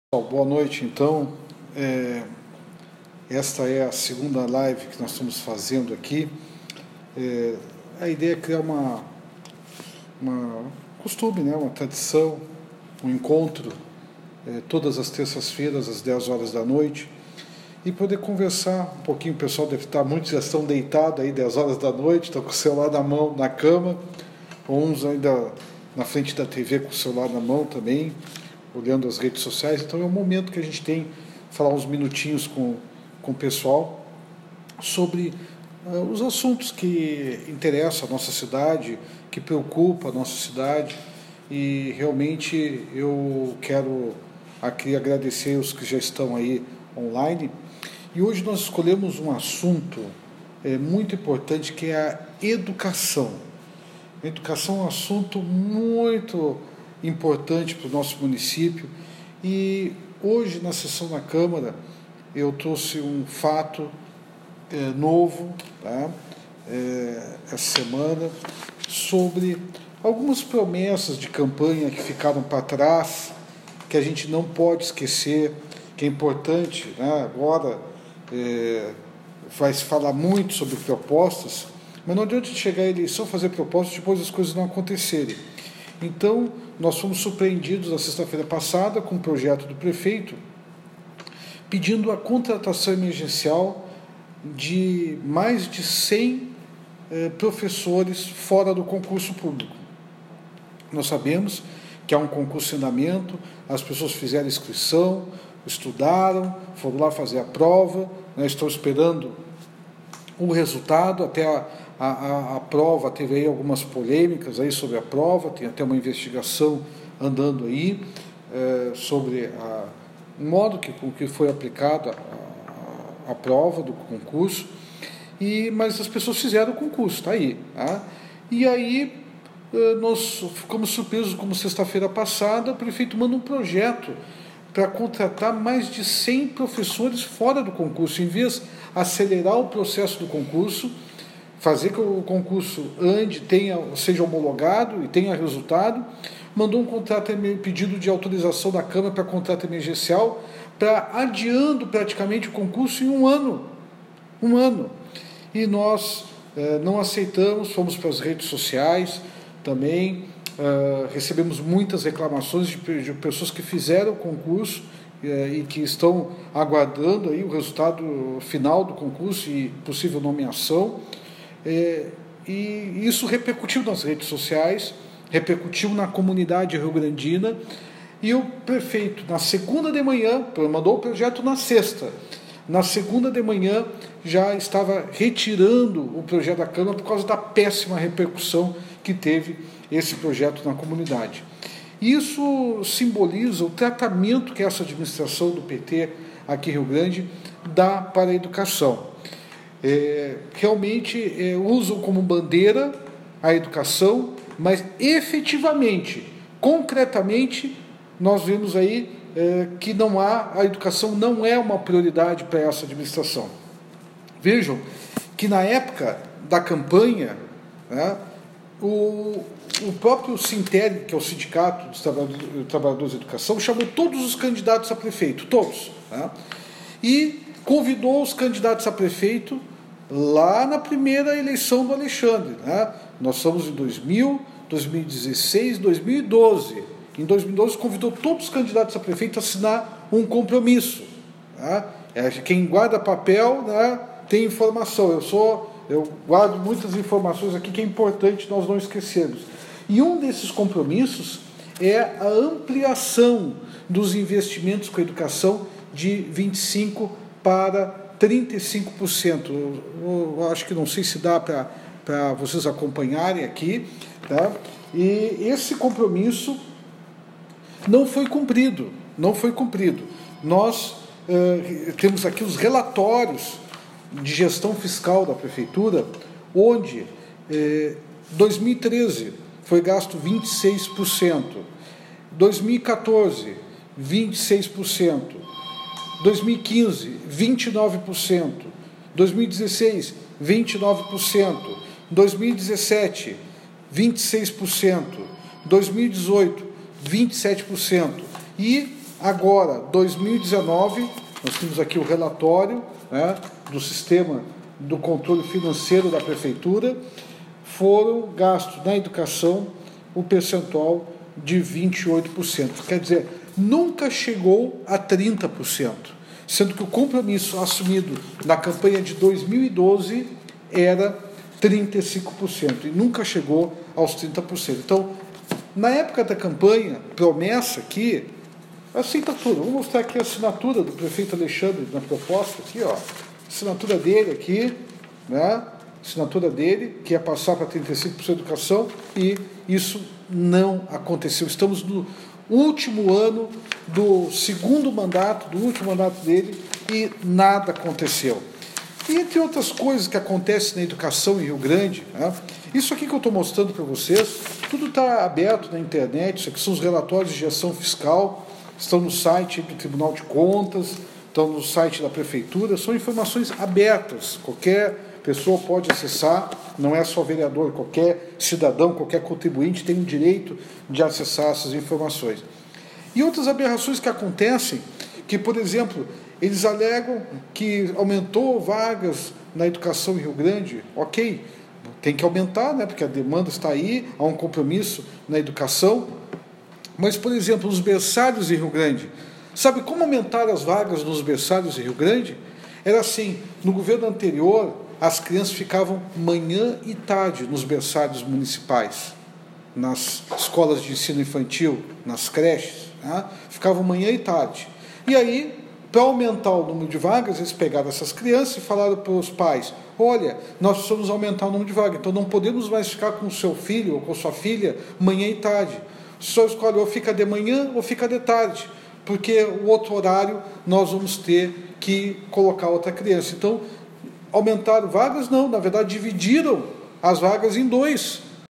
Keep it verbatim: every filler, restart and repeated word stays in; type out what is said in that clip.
Boa noite, então. É, esta é a segunda live que nós estamos fazendo aqui. É, a ideia é criar uma, uma costume, né, uma tradição, um encontro, é, todas as terças-feiras, às dez horas da noite, e poder conversar um pouquinho. O pessoal deve estar, muitos já estão deitados aí, dez horas da noite, estão com o celular na mão, na cama, uns ainda na frente da T V com o celular na mão também, olhando as redes sociais. Então é um momento que a gente tem falar uns minutinhos com, com o pessoal sobre uh, os assuntos que interessam a nossa cidade, que preocupam a nossa cidade, e realmente eu quero aqui agradecer os que já estão aí online. E hoje nós escolhemos um assunto é, muito importante, que é a educação. A educação é um assunto muito importante para o nosso município, e hoje na sessão da Câmara eu trouxe um fato é, novo, tá? é, essa semana, sobre algumas promessas de campanha que ficaram para trás, que a gente não pode esquecer, que é importante, né? Agora é, vai se falar muito sobre propostas, mas não adianta chegar à eleição, fazer propostas e depois as coisas não acontecerem. Então, nós fomos surpreendidos na sexta-feira passada com um projeto do prefeito pedindo a contratação emergencial de mais de cem eh, professores fora do concurso público. Nós sabemos que há um concurso em andamento, as pessoas fizeram inscrição, estudaram, foram lá fazer a prova, né, estão esperando o resultado. Até a A, a, a prova teve aí algumas polêmicas aí sobre a prova, tem até uma investigação andando aí é, sobre a, o modo que, com que foi aplicada a, a, a prova do concurso, e, mas as pessoas fizeram o concurso, está aí. Tá? E aí é, nós ficamos surpresos, como sexta-feira passada, o prefeito manda um projeto para contratar mais de cem professores fora do concurso, em vez de acelerar o processo do concurso, fazer que o concurso ande, tenha, seja homologado e tenha resultado, mandou um contrato, pedido de autorização da Câmara para contrato emergencial, para adiando praticamente o concurso em um ano. Um ano. E nós eh, não aceitamos, fomos para as redes sociais também, eh, recebemos muitas reclamações de, de pessoas que fizeram o concurso eh, e que estão aguardando aí o resultado final do concurso e possível nomeação. É, e isso repercutiu nas redes sociais, repercutiu na comunidade rio-grandina, e o prefeito, na segunda de manhã, mandou o projeto na sexta, na segunda de manhã já estava retirando o projeto da Câmara por causa da péssima repercussão que teve esse projeto na comunidade. Isso simboliza o tratamento que essa administração do P T aqui em Rio Grande dá para a educação. É, realmente é, usam como bandeira a educação, mas efetivamente, concretamente, nós vemos aí é, que não há, a educação não é uma prioridade para essa administração. Vejam que na época da campanha, né, o, o próprio Sinter, que é o Sindicato dos Trabalhadores, Trabalhadores de Educação, chamou todos os candidatos a prefeito, todos, né, e convidou os candidatos a prefeito lá na primeira eleição do Alexandre. Né? Nós estamos em dois mil, dois mil e dezesseis, dois mil e doze. Em dois mil e doze, convidou todos os candidatos a prefeito a assinar um compromisso. Né? É, quem guarda papel, né, tem informação. Eu, sou, eu guardo muitas informações aqui que é importante nós não esquecermos. E um desses compromissos é a ampliação dos investimentos com a educação de vinte e cinco por cento para trinta e cinco por cento. Eu, eu acho que não sei se dá para vocês acompanharem aqui, tá? E esse compromisso não foi cumprido, não foi cumprido. Nós eh, temos aqui os relatórios de gestão fiscal da Prefeitura, onde eh, dois mil e treze foi gasto vinte e seis por cento, dois mil e quatorze, vinte e seis por cento, dois mil e quinze, vinte e nove por cento, dois mil e dezesseis, vinte e nove por cento, dois mil e dezessete, vinte e seis por cento, dois mil e dezoito, vinte e sete por cento, e agora, dois mil e dezenove, nós temos aqui o relatório, né, do sistema do controle financeiro da prefeitura, foram gastos na educação o percentual de vinte e oito por cento. Quer dizer, nunca chegou a trinta por cento, sendo que o compromisso assumido na campanha de dois mil e doze era trinta e cinco por cento e nunca chegou aos trinta por cento. Então, na época da campanha, promessa aqui, assinatura, vou mostrar aqui a assinatura do prefeito Alexandre na proposta, aqui, ó, assinatura dele aqui, né? Assinatura dele, que ia passar para trinta e cinco por cento de educação, e isso não aconteceu. Estamos no último ano do segundo mandato, do último mandato dele, e nada aconteceu. E entre outras coisas que acontecem na educação em Rio Grande, né, isso aqui que eu estou mostrando para vocês, tudo está aberto na internet, isso aqui são os relatórios de gestão fiscal, estão no site do Tribunal de Contas, estão no site da Prefeitura, são informações abertas, qualquer pessoa pode acessar, não é só vereador, qualquer cidadão, qualquer contribuinte tem o direito de acessar essas informações. E outras aberrações que acontecem, que, por exemplo, eles alegam que aumentou vagas na educação em Rio Grande, ok, tem que aumentar, né, porque a demanda está aí, há um compromisso na educação, mas, por exemplo, os berçários em Rio Grande, sabe como aumentaram as vagas nos berçários em Rio Grande? Era assim, no governo anterior, as crianças ficavam manhã e tarde nos berçários municipais, nas escolas de ensino infantil, nas creches, né? Ficavam manhã e tarde. E aí, para aumentar o número de vagas, eles pegaram essas crianças e falaram para os pais, olha, nós precisamos aumentar o número de vagas, então não podemos mais ficar com o seu filho ou com sua filha manhã e tarde. O senhor escolhe ou fica de manhã ou fica de tarde, porque o outro horário nós vamos ter que colocar outra criança. Então, aumentaram vagas? Não, na verdade dividiram as vagas em dois.